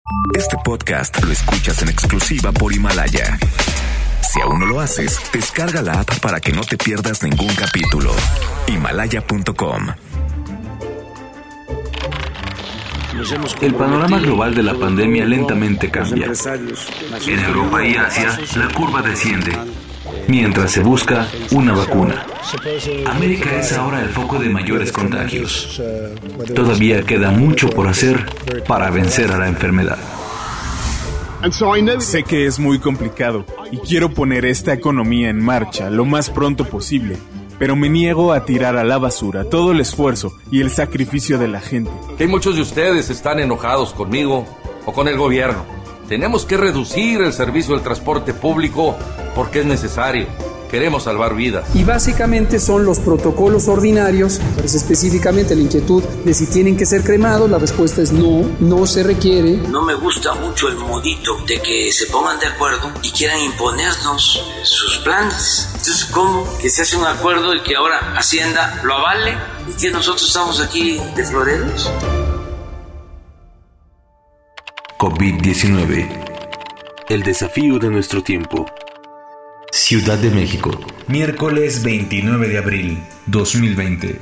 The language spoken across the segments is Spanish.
Este podcast lo escuchas en exclusiva por Himalaya. Si aún no lo haces, descarga la app para que no te pierdas ningún capítulo. Himalaya.com. El panorama global de la pandemia lentamente cambia. En Europa y Asia, la curva desciende, mientras se busca una vacuna. América es ahora el foco de mayores contagios. Todavía queda mucho por hacer para vencer a la enfermedad. Sé que es muy complicado y quiero poner esta economía en marcha lo más pronto posible, pero me niego a tirar a la basura todo el esfuerzo y el sacrificio de la gente. Que muchos de ustedes están enojados conmigo o con el gobierno. Tenemos que reducir el servicio del transporte público porque es necesario. Queremos salvar vidas. Y básicamente son los protocolos ordinarios, pues específicamente la inquietud de si tienen que ser cremados. La respuesta es no, no se requiere. No me gusta mucho el modito de que se pongan de acuerdo y quieran imponernos sus planes. Entonces, ¿cómo que se hace un acuerdo y que ahora Hacienda lo avale y que nosotros estamos aquí de floreros? COVID-19. El desafío de nuestro tiempo. Ciudad de México, miércoles 29 de abril 2020.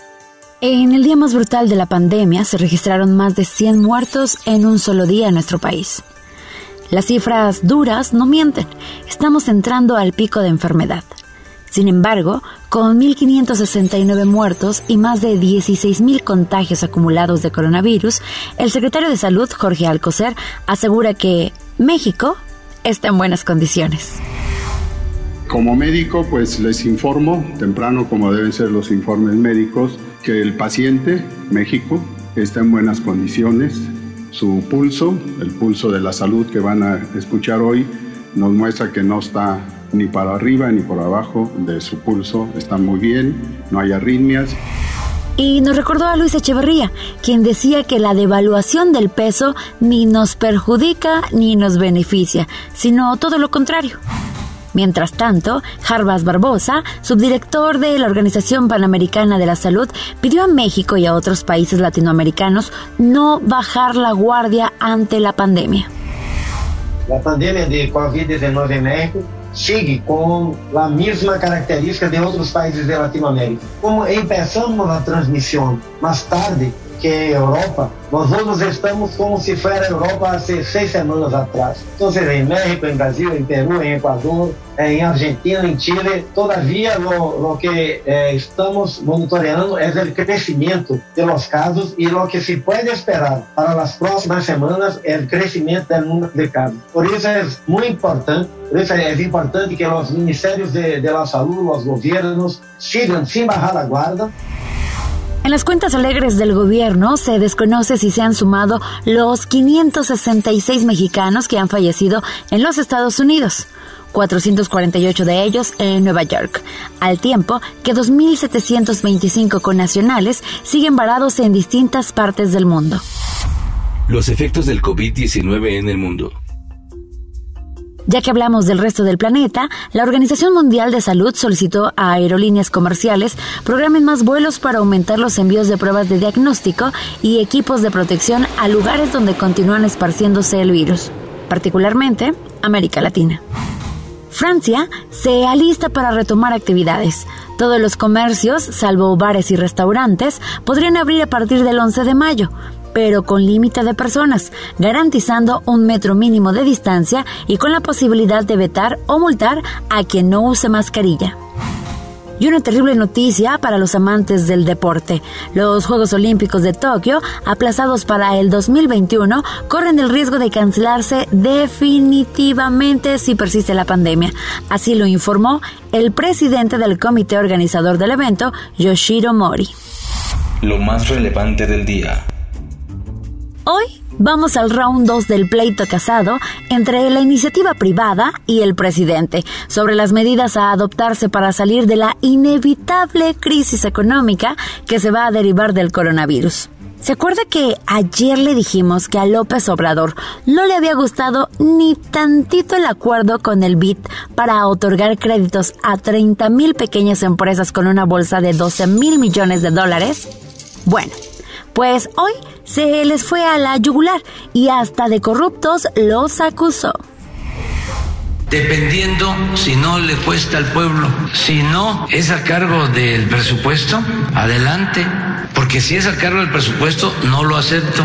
En el día más brutal de la pandemia se registraron más de 100 muertos en un solo día en nuestro país. Las cifras duras no mienten, estamos entrando al pico de enfermedad. Sin embargo, con 1.569 muertos y más de 16.000 contagios acumulados de coronavirus, el secretario de Salud, Jorge Alcocer, asegura que México está en buenas condiciones. Como médico, pues les informo, temprano como deben ser los informes médicos, que el paciente, México, está en buenas condiciones. Su pulso, el pulso de la salud que van a escuchar hoy, nos muestra que no está ni para arriba ni por abajo de su pulso, está muy bien, no hay arritmias. Y nos recordó a Luis Echeverría, quien decía que la devaluación del peso ni nos perjudica ni nos beneficia, sino todo lo contrario. Mientras tanto, Jarbas Barbosa, subdirector de la Organización Panamericana de la Salud, pidió a México y a otros países latinoamericanos no bajar la guardia ante la pandemia. La pandemia de COVID-19 en México sigue con la misma característica de otros países de Latinoamérica. Como empezamos la transmisión más tarde que Europa, nosotros estamos como si fuera Europa hace 6 semanas atrás. Entonces, en México, en Brasil, en Perú, en Ecuador, en Argentina, en Chile, todavía lo que estamos monitoreando es el crecimiento de los casos y lo que se puede esperar para las próximas semanas es el crecimiento del número de casos. Por eso es muy importante, que los ministerios de la salud, los gobiernos, sigan sin bajar la guardia. En las cuentas alegres del gobierno se desconoce si se han sumado los 566 mexicanos que han fallecido en los Estados Unidos, 448 de ellos en Nueva York, al tiempo que 2.725 connacionales siguen varados en distintas partes del mundo. Los efectos del COVID-19 en el mundo. Ya que hablamos del resto del planeta, la Organización Mundial de Salud solicitó a aerolíneas comerciales programen más vuelos para aumentar los envíos de pruebas de diagnóstico y equipos de protección a lugares donde continúan esparciéndose el virus, particularmente América Latina. Francia se alista para retomar actividades. Todos los comercios, salvo bares y restaurantes, podrían abrir a partir del 11 de mayo, pero con límite de personas, garantizando 1 metro mínimo de distancia y con la posibilidad de vetar o multar a quien no use mascarilla. Y una terrible noticia para los amantes del deporte. Los Juegos Olímpicos de Tokio, aplazados para el 2021, corren el riesgo de cancelarse definitivamente si persiste la pandemia. Así lo informó el presidente del comité organizador del evento, Yoshiro Mori. Lo más relevante del día. Hoy vamos al round 2 del pleito casado entre la iniciativa privada y el presidente sobre las medidas a adoptarse para salir de la inevitable crisis económica que se va a derivar del coronavirus. ¿Se acuerda que ayer le dijimos que a López Obrador no le había gustado ni tantito el acuerdo con el BID para otorgar créditos a 30,000 pequeñas empresas con una bolsa de $12,000 millones? Bueno, Pues hoy se les fue a la yugular y hasta de corruptos los acusó. Dependiendo si no le cuesta al pueblo, si no es a cargo del presupuesto, adelante, porque si es a cargo del presupuesto, no lo acepto.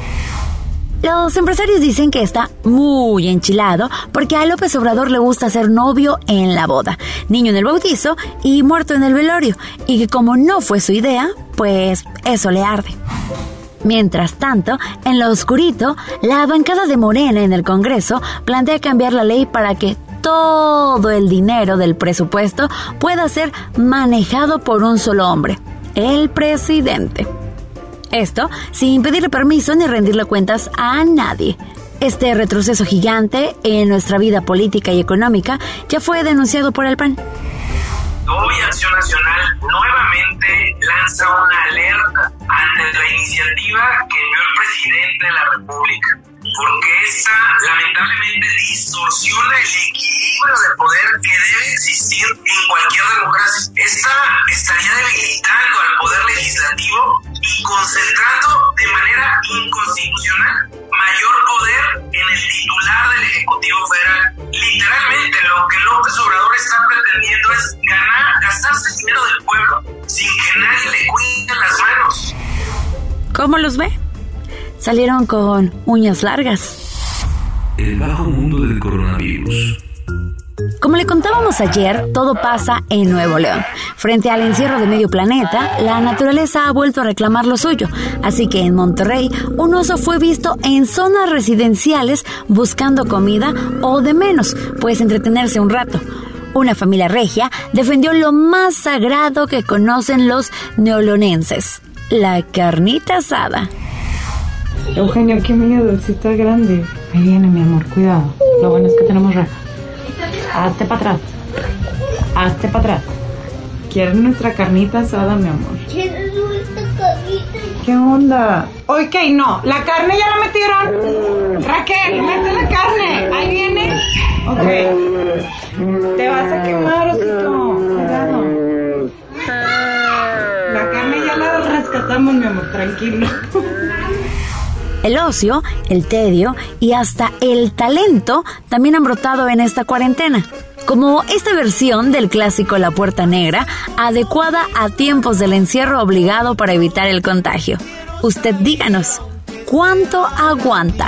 Los empresarios dicen que está muy enchilado porque a López Obrador le gusta ser novio en la boda, niño en el bautizo y muerto en el velorio, y que como no fue su idea, pues eso le arde. Mientras tanto, en lo oscurito, la bancada de Morena en el Congreso plantea cambiar la ley para que todo el dinero del presupuesto pueda ser manejado por un solo hombre, el presidente. Esto sin pedirle permiso ni rendirle cuentas a nadie. Este retroceso gigante en nuestra vida política y económica ya fue denunciado por el PAN. Hoy Acción Nacional nuevamente lanza una alerta ante la iniciativa que envió el presidente de la República, porque esta lamentablemente distorsiona el equilibrio de poder que debe existir en cualquier democracia. Esta estaría debilitando al poder legislativo y concentrando de manera inconstitucional mayor poder en el titular del Ejecutivo Federal. Literalmente lo que López Obrador está pretendiendo es gastarse el dinero del pueblo sin que nadie le cuide las manos. ¿Cómo los ve? Salieron con uñas largas. El bajo mundo del coronavirus. Como le contábamos ayer, todo pasa en Nuevo León. Frente al encierro de medio planeta, la naturaleza ha vuelto a reclamar lo suyo. Así que en Monterrey, un oso fue visto en zonas residenciales buscando comida o de menos, pues entretenerse un rato. Una familia regia defendió lo más sagrado que conocen los neolonenses, la carnita asada. Eugenio, qué miedo, si está grande. Ahí viene, mi amor, cuidado. Lo bueno es que tenemos reja. Hazte para atrás. Hazte para atrás. ¿Quieres nuestra carnita asada, mi amor? Quiero nuestra carnita. ¿Qué onda? Ok, no. La carne ya la metieron. Raquel, mete la carne. Ahí viene. Ok. Te vas a quemar, osito. Cuidado. La carne ya la rescatamos, mi amor. Tranquilo. El ocio, el tedio y hasta el talento también han brotado en esta cuarentena. Como esta versión del clásico La Puerta Negra, adecuada a tiempos del encierro obligado para evitar el contagio. Usted díganos, ¿cuánto aguanta?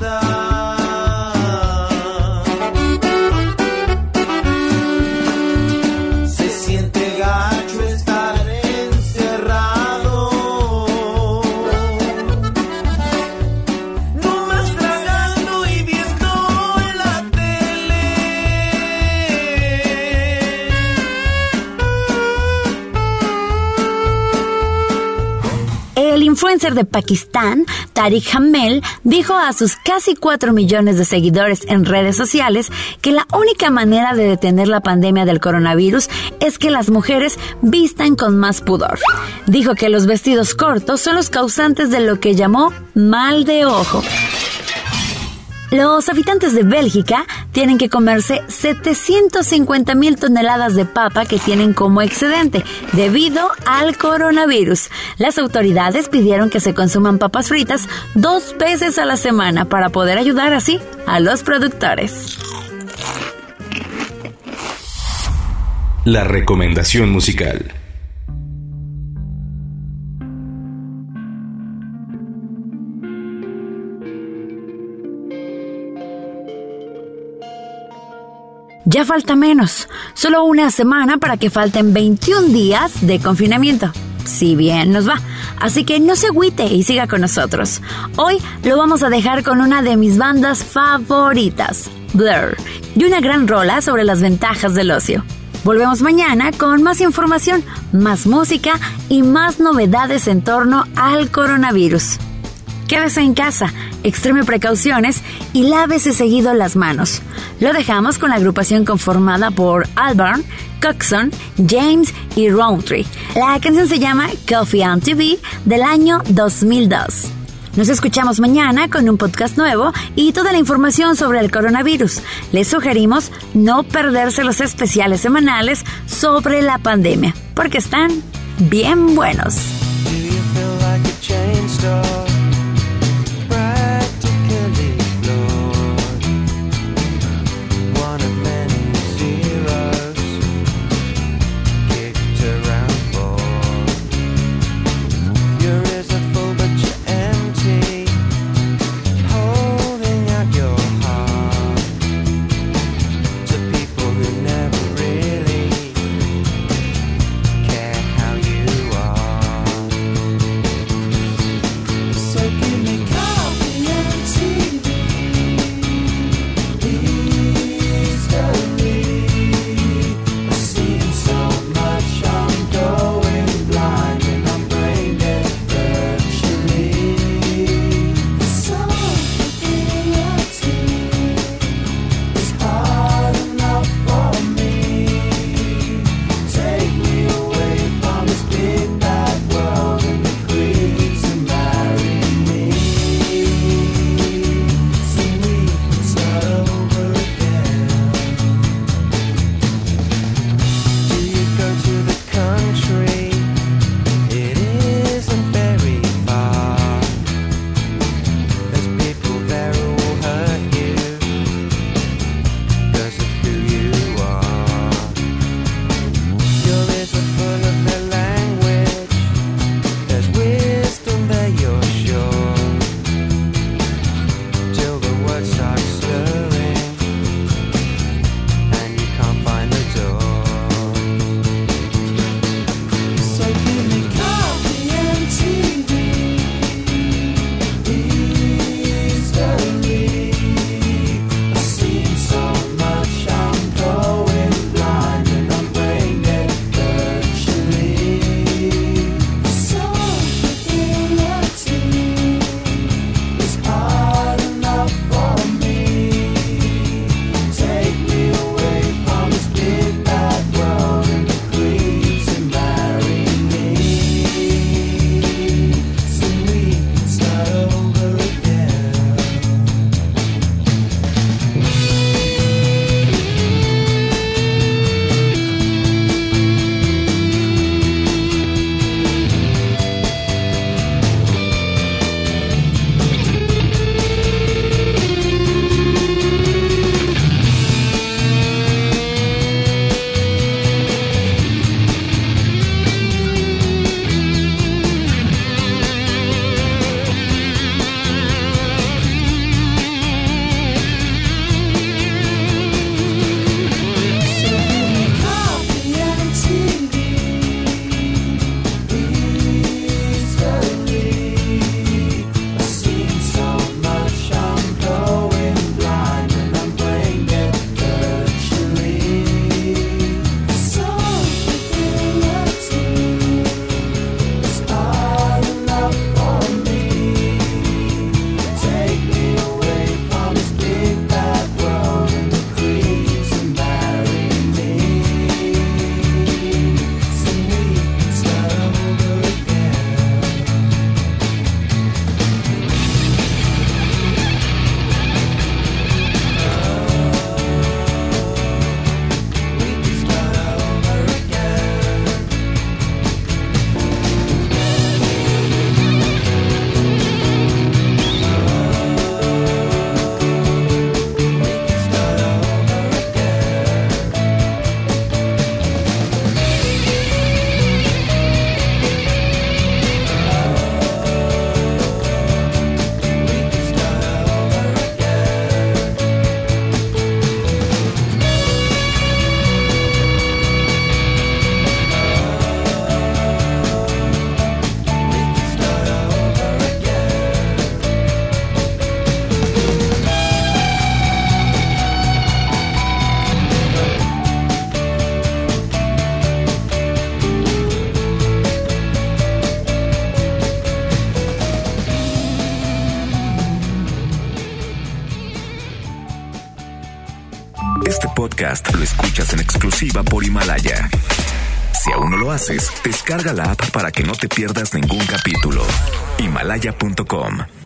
El influencer de Pakistán, Tariq Hamel, dijo a sus casi 4 millones de seguidores en redes sociales que la única manera de detener la pandemia del coronavirus es que las mujeres vistan con más pudor. Dijo que los vestidos cortos son los causantes de lo que llamó mal de ojo. Los habitantes de Bélgica tienen que comerse 750,000 toneladas de papa que tienen como excedente debido al coronavirus. Las autoridades pidieron que se consuman papas fritas 2 veces a la semana para poder ayudar así a los productores. La recomendación musical. Ya falta menos, solo una semana para que falten 21 días de confinamiento, si bien nos va. Así que no se agüite y siga con nosotros. Hoy lo vamos a dejar con una de mis bandas favoritas, Blur, y una gran rola sobre las ventajas del ocio. Volvemos mañana con más información, más música y más novedades en torno al coronavirus. Quédese en casa, extreme precauciones y lávese seguido las manos. Lo dejamos con la agrupación conformada por Albarn, Coxon, James y Roundtree. La canción se llama Coffee and TV del año 2002. Nos escuchamos mañana con un podcast nuevo y toda la información sobre el coronavirus. Les sugerimos no perderse los especiales semanales sobre la pandemia, porque están bien buenos. Do you feel like a change? Este podcast lo escuchas en exclusiva por Himalaya. Si aún no lo haces, descarga la app para que no te pierdas ningún capítulo. Himalaya.com